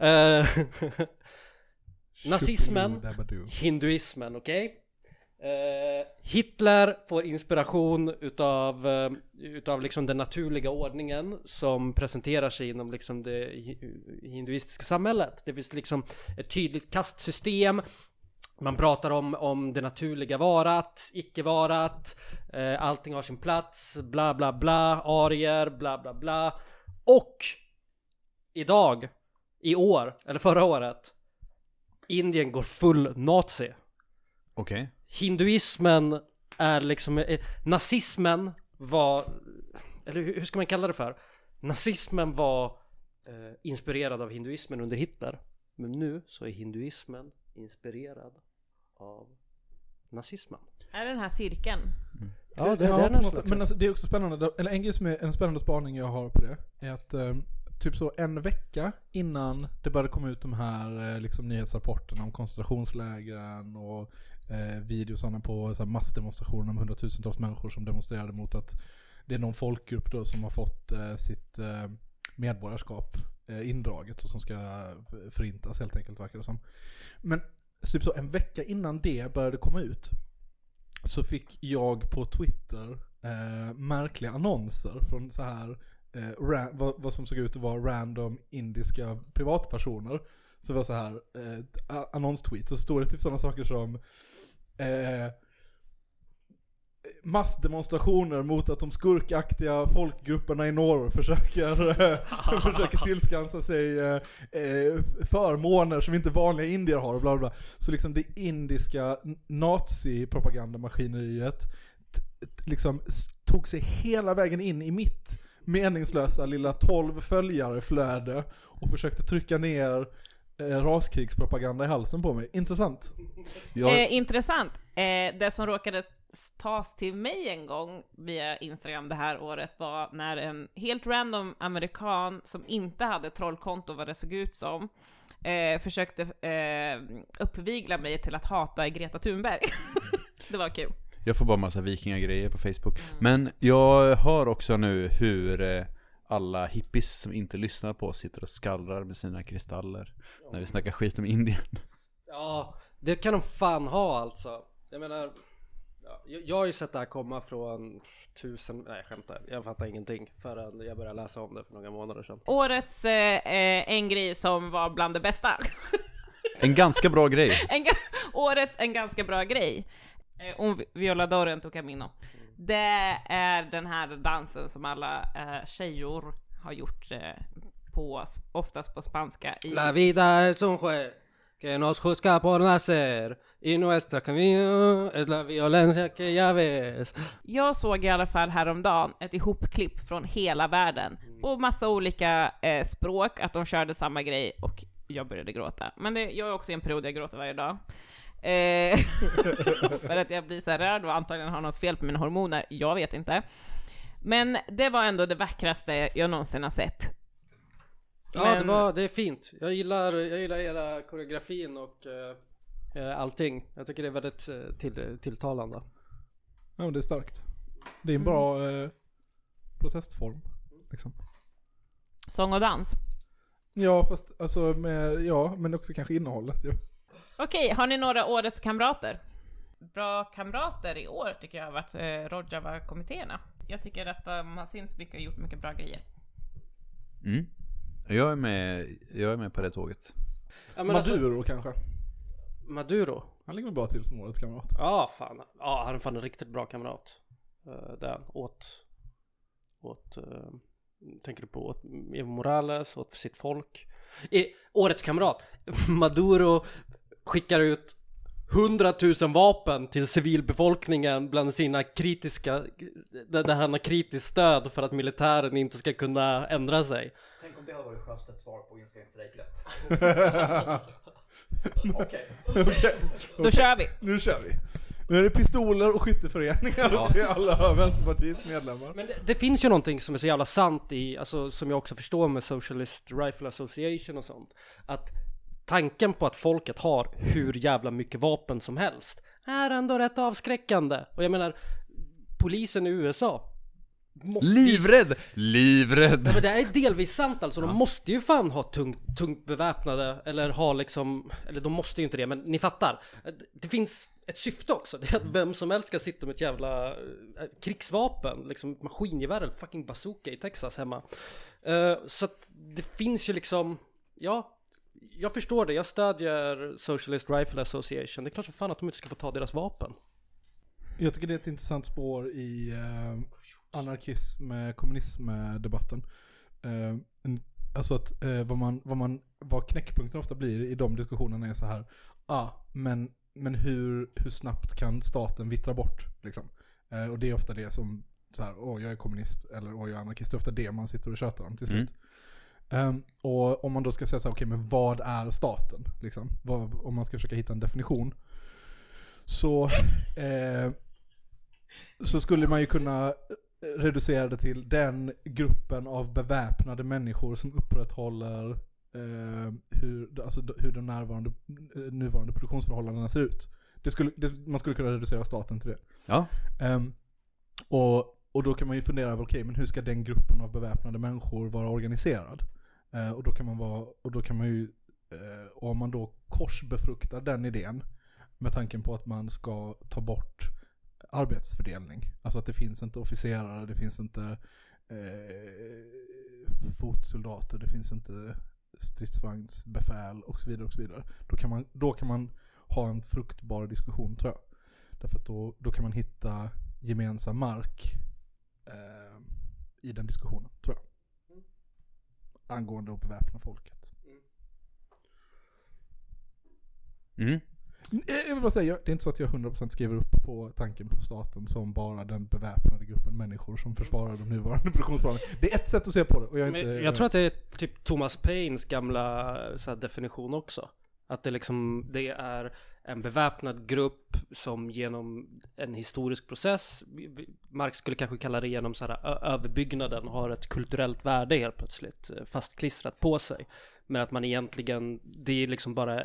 Nazismen, hinduismen, okej? Hitler får inspiration utav liksom den naturliga ordningen som presenterar sig inom liksom det hinduistiska samhället. Det finns liksom ett tydligt kastsystem. Man pratar om det naturliga varat, icke-varat, allting har sin plats, bla bla bla, arier, bla bla bla. Och idag, i år, eller förra året, Indien går full nazi. Okej. Hinduismen är liksom, nazismen var, eller hur ska man kalla det för? Nazismen var inspirerad av hinduismen under Hitler. Men nu så är hinduismen inspirerad av nazismen. Är den här cirkeln? Ja, men alltså, det är också spännande. Eller en grej som är en spännande spaning jag har på det är att typ så en vecka innan det började komma ut de här liksom nyhetsrapporterna om koncentrationslägren och videosarna på så här massdemonstrationer om hundratusentals människor som demonstrerade mot att det är någon folkgrupp då som har fått sitt medborgarskap indraget och som ska förintas helt enkelt, verkar det som. Men typ så en vecka innan det började komma ut så fick jag på Twitter märkliga annonser från så här vad som såg ut att vara random indiska privatpersoner. Så det var så här annonstweet och så stod det typ sådana saker som massdemonstrationer mot att de skurkaktiga folkgrupperna i norr försöker tillskansa sig förmåner som inte vanliga indier har och bla bla. Så liksom det indiska nazi-propagandamaskineriet liksom tog sig hela vägen in i mitt meningslösa lilla 12 följare-flöde och försökte trycka ner raskrigspropaganda i halsen på mig. Intressant. Intressant. Det som råkade tas till mig en gång via Instagram det här året var när en helt random amerikan som inte hade trollkonto vad det såg ut som försökte uppvigla mig till att hata Greta Thunberg. Det var kul. Jag får bara massa vikingagrejer på Facebook. Men jag hör också nu hur alla hippies som inte lyssnar på oss sitter och skallrar med sina kristaller när vi snackar skit om Indien. Ja, det kan de fan ha alltså. Jag menar, jag har ju sett det här komma från nej skämtar, jag fattar ingenting förrän jag började läsa om det för några månader sedan. Årets en grej som var bland det bästa. En ganska bra grej. Årets en ganska bra grej. Om Violador en Camino. Det är den här dansen som alla tjejor har gjort oftast på spanska. La vida es un juez que nos juzga por nacer y nuestra camino es la violencia que ya ves. Jag såg i alla fall häromdagen ett ihopklipp från hela världen på massa olika språk, att de körde samma grej och jag började gråta. Men jag är också i en period där jag gråter varje dag. För att jag blir så här rörd och antagligen har något fel på mina hormoner. Jag vet inte. Men det var ändå det vackraste jag någonsin har sett. Ja, det är fint. Jag gillar hela koreografin och allting. Jag tycker det är väldigt tilltalande. Ja, men det är starkt. Det är en bra protestform liksom. Sång och dans. Ja, fast alltså men också kanske innehållet. Ja. Okej, har ni några årets kamrater? Bra kamrater i år tycker jag har varit Rojava-kommittéerna. Jag tycker att de har synts mycket och gjort mycket bra grejer. Mm. Jag är med på det tåget. Ja, Maduro kanske. Maduro? Han ligger bra till som årets kamrat. Ja, fan. Ja, han är fan en riktigt bra kamrat. Där tänker du på Evo Morales, åt sitt folk. Årets kamrat. Maduro skickar ut 100 000 vapen till civilbefolkningen bland sina kritiska, där han har kritiskt stöd för att militären inte ska kunna ändra sig. Tänk om det hade varit Sjöstedts svar på inskränkt strejkrätt. Okej. Då kör vi. Nu kör vi. Nu är det pistoler och skytteföreningar till alla Vänsterpartiets medlemmar. Men det finns ju någonting som är så jävla sant i, alltså, som jag också förstår med Socialist Rifle Association och sånt, att tanken på att folket har hur jävla mycket vapen som helst är ändå rätt avskräckande. Och jag menar, polisen i USA Livrädd! Ja, men det är delvis sant alltså. De måste ju fan ha tungt beväpnade, eller ha liksom, eller de måste ju inte det, men ni fattar. Det finns ett syfte också. Det är att vem som helst ska sitta med ett jävla krigsvapen, liksom maskingevär eller fucking bazooka i Texas hemma. Så att det finns ju liksom, ja, jag förstår det. Jag stödjer Socialist Rifle Association. Det är klart som fan att de inte ska få ta deras vapen. Jag tycker det är ett intressant spår i anarkism-kommunism-debatten. Alltså att vad knäckpunkten ofta blir i de diskussionerna är så här: men hur snabbt kan staten vittra bort liksom? Och det är ofta det som så här, jag är kommunist eller jag är anarkist. Det är ofta det man sitter och tjötar om till slut. Och om man då ska säga så här, okej, men vad är staten liksom? Om man ska försöka hitta en definition, så skulle man ju kunna reducera det till den gruppen av beväpnade människor som upprätthåller hur de nuvarande produktionsförhållandena ser ut. Man skulle kunna reducera staten till det. Ja. Och då kan man ju fundera över, okej, men hur ska den gruppen av beväpnade människor vara organiserad? Och om man då korsbefruktar den idén med tanken på att man ska ta bort arbetsfördelning, alltså att det finns inte officerare, det finns inte fotsoldater, det finns inte stridsvagnsbefäl och så vidare och så vidare. Då kan man ha en fruktbar diskussion, tror jag. Därför att då kan man hitta gemensam mark i den diskussionen, tror jag. Angående att beväpna folket. Jag vill bara säga, det är inte så att jag 100% skriver upp på tanken på staten som bara den beväpnade gruppen människor som försvarar de nuvarande produktionsformerna. Det är ett sätt att se på det. Och jag tror att det är typ Thomas Paines gamla så här, definition också. Att det är en beväpnad grupp som genom en historisk process, Marx skulle kanske kalla det genom så här, överbyggnaden, har ett kulturellt värde helt plötsligt fastklistrat på sig. Men att man egentligen, det är liksom bara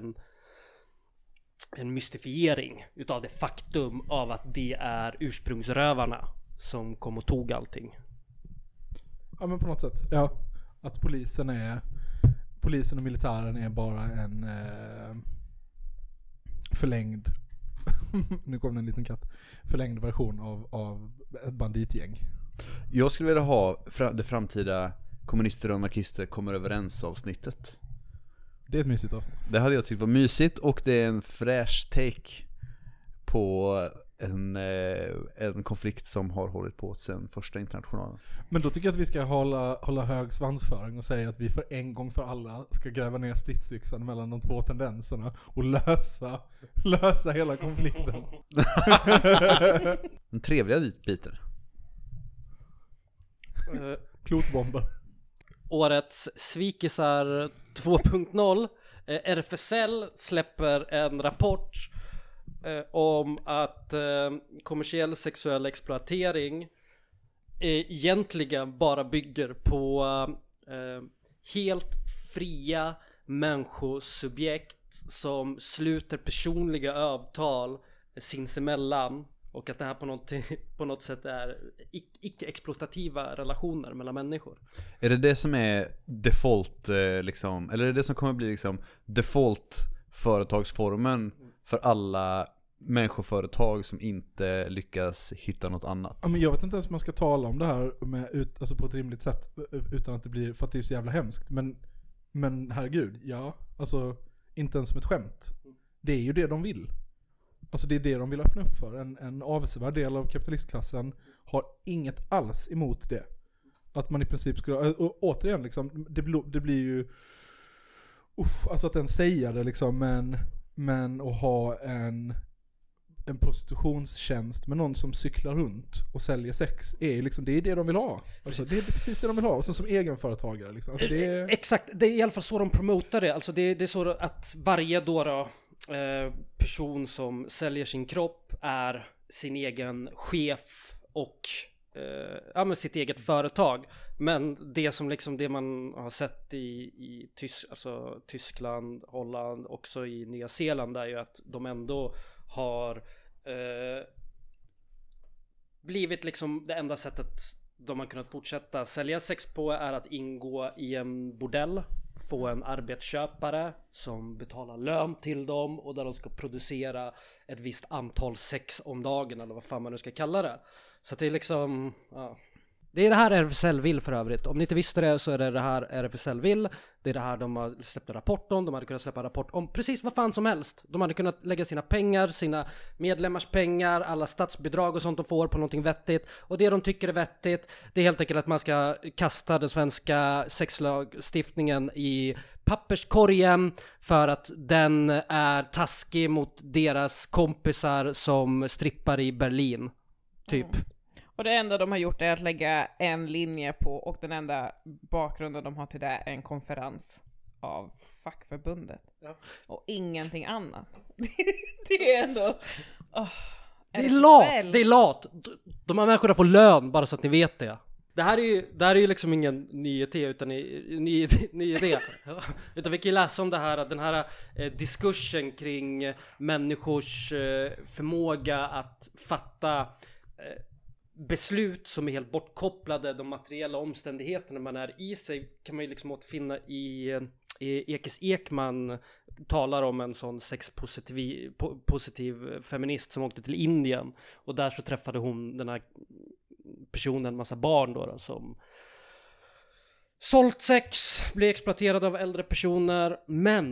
en mystifiering utav det faktum av att det är ursprungsrövarna som kom och tog allting. Ja, men på något sätt. Ja, att polisen och militären är bara en förlängd nu kom det en liten katt. Förlängd version av ett banditgäng. Jag skulle vilja ha det framtida kommunister och anarkister kommer överens avsnittet. Det är ett mysigt avsnitt. Det hade jag tyckt var mysigt, och det är en fräsch take på en konflikt som har hållit på sedan första internationalen. Men då tycker jag att vi ska hålla hög svansföring och säga att vi för en gång för alla ska gräva ner stridsyxan mellan de två tendenserna och lösa hela konflikten. En trevliga biten. Klotbomber. Årets Svikisar 2.0. RFSL släpper en rapport om att kommersiell sexuell exploatering egentligen bara bygger på helt fria människosubjekt som sluter personliga avtal sinsemellan, och att det här på något sätt är icke-exploatativa relationer mellan människor. Är det som är default liksom, eller är det det som kommer bli liksom default företagsformen för alla människoföretag som inte lyckas hitta något annat? Ja, men jag vet inte ens om man ska tala om det här alltså på ett rimligt sätt utan att det blir, för att det är så jävla hemskt. Men herregud, ja, alltså inte ens som ett skämt. Det är ju det de vill. Alltså det är det de vill öppna upp för. En avsevärd del av kapitalistklassen har inget alls emot det. Att man i princip skulle, och återigen liksom, det blir ju alltså att den säger det liksom, men att ha en prostitutionstjänst med någon som cyklar runt och säljer sex är liksom, det är det de vill ha. Alltså det är precis det de vill ha, och som egenföretagare liksom. Alltså det är... Exakt, det är i alla fall så de promotar det. Alltså det är så att varje person som säljer sin kropp är sin egen chef och med sitt eget företag. Men det som liksom det man har sett i Tyskland, Holland, också i Nya Zeeland, är ju att de ändå har blivit liksom det enda sättet de har kunnat fortsätta sälja sex på är att ingå i en bordell, få en arbetsköpare som betalar lön till dem och där de ska producera ett visst antal sex om dagen, eller vad fan man nu ska kalla det. Så det är liksom, ja. Det är det här RFSL vill för övrigt. Om ni inte visste det så är det här RFSL vill. Det är det här de har släppt en rapport om. De hade kunnat släppa en rapport om precis vad fan som helst. De hade kunnat lägga sina pengar, sina medlemmars pengar, alla statsbidrag och sånt de får på någonting vettigt. Och det de tycker är vettigt, det är helt enkelt att man ska kasta den svenska sexlagstiftningen i papperskorgen för att den är taskig mot deras kompisar som strippar i Berlin. Typ. Och det enda de har gjort är att lägga en linje på, och den enda bakgrunden de har till det är en konferens av fackförbundet. Ja. Och ingenting annat. Det är ändå... det är lat. De här människorna får lön, bara så att ni vet det. Det här är ju liksom ingen ny idé, utan ny idé. Utan vi kan ju läsa om det här, den här diskursen kring människors förmåga att fatta beslut som är helt bortkopplade de materiella omständigheterna man är i sig, kan man ju liksom återfinna i Ekes Ekman talar om en sån sexpositiv feminist som åkte till Indien, och där så träffade hon den här personen, en massa barn då som sålt sex, blev exploaterade av äldre personer, men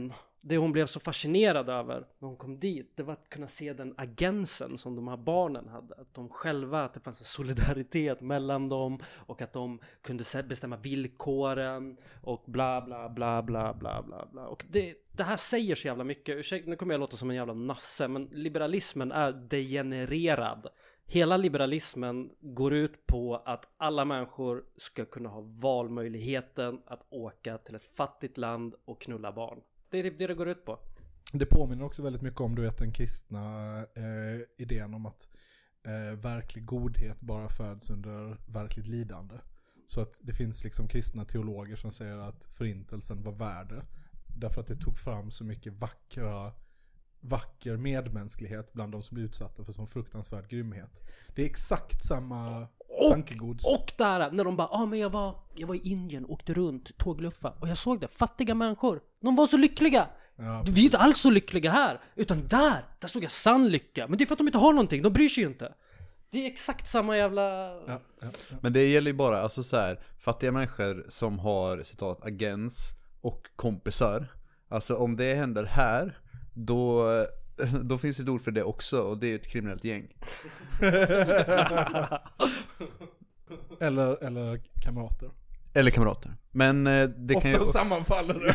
det hon blev så fascinerad över när hon kom dit, det var att kunna se den agensen som de här barnen hade. Att de själva, att det fanns en solidaritet mellan dem och att de kunde bestämma villkoren och bla bla bla bla bla bla bla. Och det här säger så jävla mycket. Ursäkta, nu kommer jag låta som en jävla nasse, men liberalismen är degenererad. Hela liberalismen går ut på att alla människor ska kunna ha valmöjligheten att åka till ett fattigt land och knulla barn. Det är det går ut på. Det påminner också väldigt mycket om, du vet, den kristna idén om att verklig godhet bara föds under verkligt lidande. Så att det finns liksom kristna teologer som säger att förintelsen var värd det. Därför att det tog fram så mycket vacker medmänsklighet bland de som blev utsatta för sån fruktansvärd grymhet. Det är exakt samma tankegods. Och där, när de bara, men jag var i Indien, åkte runt, tågluffa, och jag såg det, fattiga människor, de var så lyckliga. Ja, vi är inte alls så lyckliga här, utan där såg jag sann lycka. Men det är för att de inte har någonting, de bryr sig ju inte. Det är exakt samma jävla... Ja. Men det gäller ju bara, alltså så här, fattiga människor som har citat agens och kompisar. Alltså om det händer här, då finns det ett ord för det också, och det är ett kriminellt gäng. eller kamrater. Eller kamrater. Men det ofta kan ju... sammanfaller det.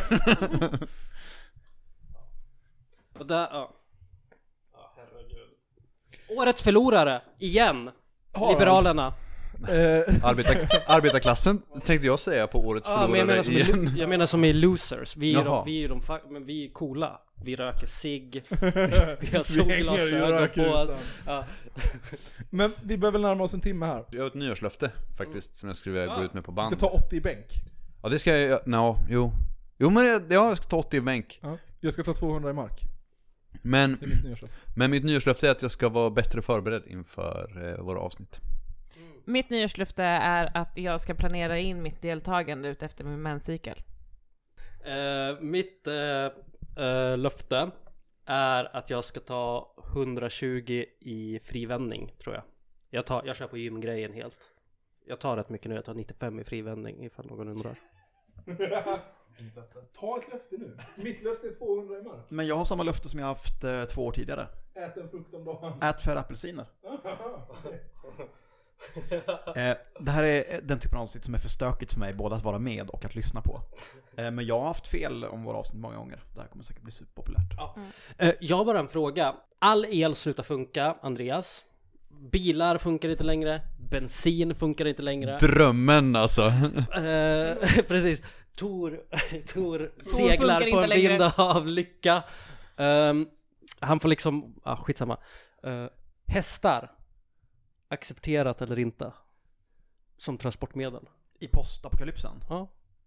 Och där, herregud. Årets förlorare, igen. Liberalerna. Arbetarklassen tänkte jag säga på årets förlorare igen. Jag menar som är losers. Vi är coola. Vi röker cigg. Vi har solglasögon på oss. Ja. Men vi behöver närma oss en timme här. Jag har ett nyårslöfte faktiskt som jag skulle vilja gå ut med på band. Du ska ta 80 i bänk. Ja, det ska jag. Jo men jag ska ta 80 i bänk. Ja, jag ska ta 200 i mark. Men mitt nyårslöfte är att jag ska vara bättre förberedd inför våra avsnitt. Mitt nyårslöfte är att jag ska planera in mitt deltagande ut efter min menscykel. Mitt löfte är att jag ska ta 120 i frivändning, tror jag. Jag kör på gymgrejen helt. Jag tar rätt mycket nu, jag tar 95 i frivändning ifall någon undrar. Ta ett löfte nu. Mitt löfte är 200 i mark. Men jag har samma löfte som jag haft 2 år tidigare. Ät en frukt om dagen. Ät för apelsiner. Det här är den typen av avsnitt som är för stökigt för mig både att vara med och att lyssna på. Men jag har haft fel om våra avsnitt många gånger. Det här kommer säkert bli superpopulärt. Ja. Jag har bara en fråga. All el slutar funka, Andreas. Bilar funkar inte längre. Bensin funkar inte längre. Drömmen alltså. Precis. Tor seglar på en vind av lycka. Han får liksom, skitsamma. Hästar, accepterat eller inte som transportmedel? I postapokalypsen? Ja.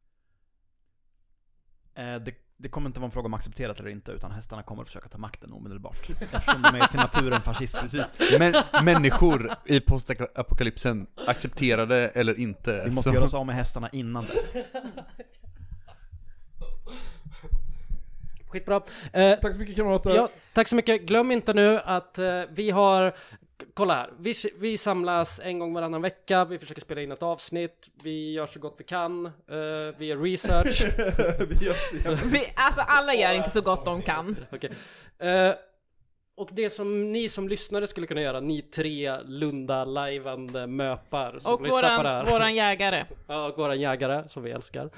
Det kommer inte vara en fråga om accepterat eller inte, utan hästarna kommer att försöka ta makten omedelbart. Eftersom de är till naturen fascister. Men människor i postapokalypsen, accepterade eller inte. Vi måste göra oss av med hästarna innan dess. Skitbra. Tack så mycket, kamrater. Ja, tack så mycket. Glöm inte nu att vi har... Kolla här, vi samlas en gång varannan vecka. Vi försöker spela in ett avsnitt. Vi gör så gott vi kan. Vi gör research. Alltså alla gör inte så gott de kan. Okay. Och det som ni som lyssnare skulle kunna göra, ni 3 Lunda-livande möpar som och lyssnar på det här. våran jägare. Ja, och våran jägare som vi älskar.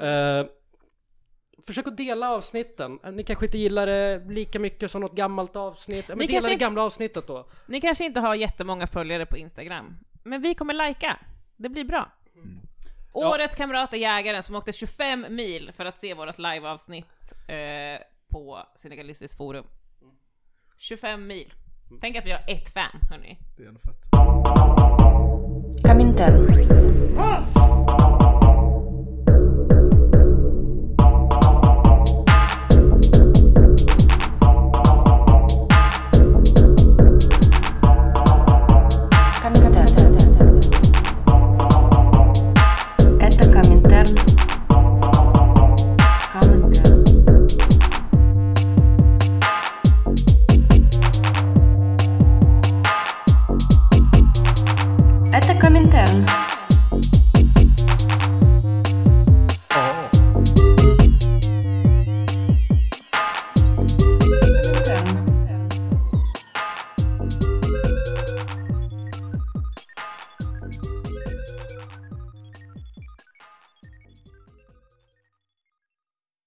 Försök att dela avsnitten. Ni kanske inte gillar det lika mycket som något gammalt avsnitt. Men dela det gamla avsnittet då. Ni kanske inte har jättemånga följare på Instagram, men vi kommer lajka. Det blir bra. Årets kamrat och jägaren som åkte 25 mil för att se vårt liveavsnitt på Senegalistiskt forum. 25 mil. Tänk att vi har ett fan, hörni. Det är ändå fett. Comintern. Это Коминтерн. Коминтерн. Это Коминтерн.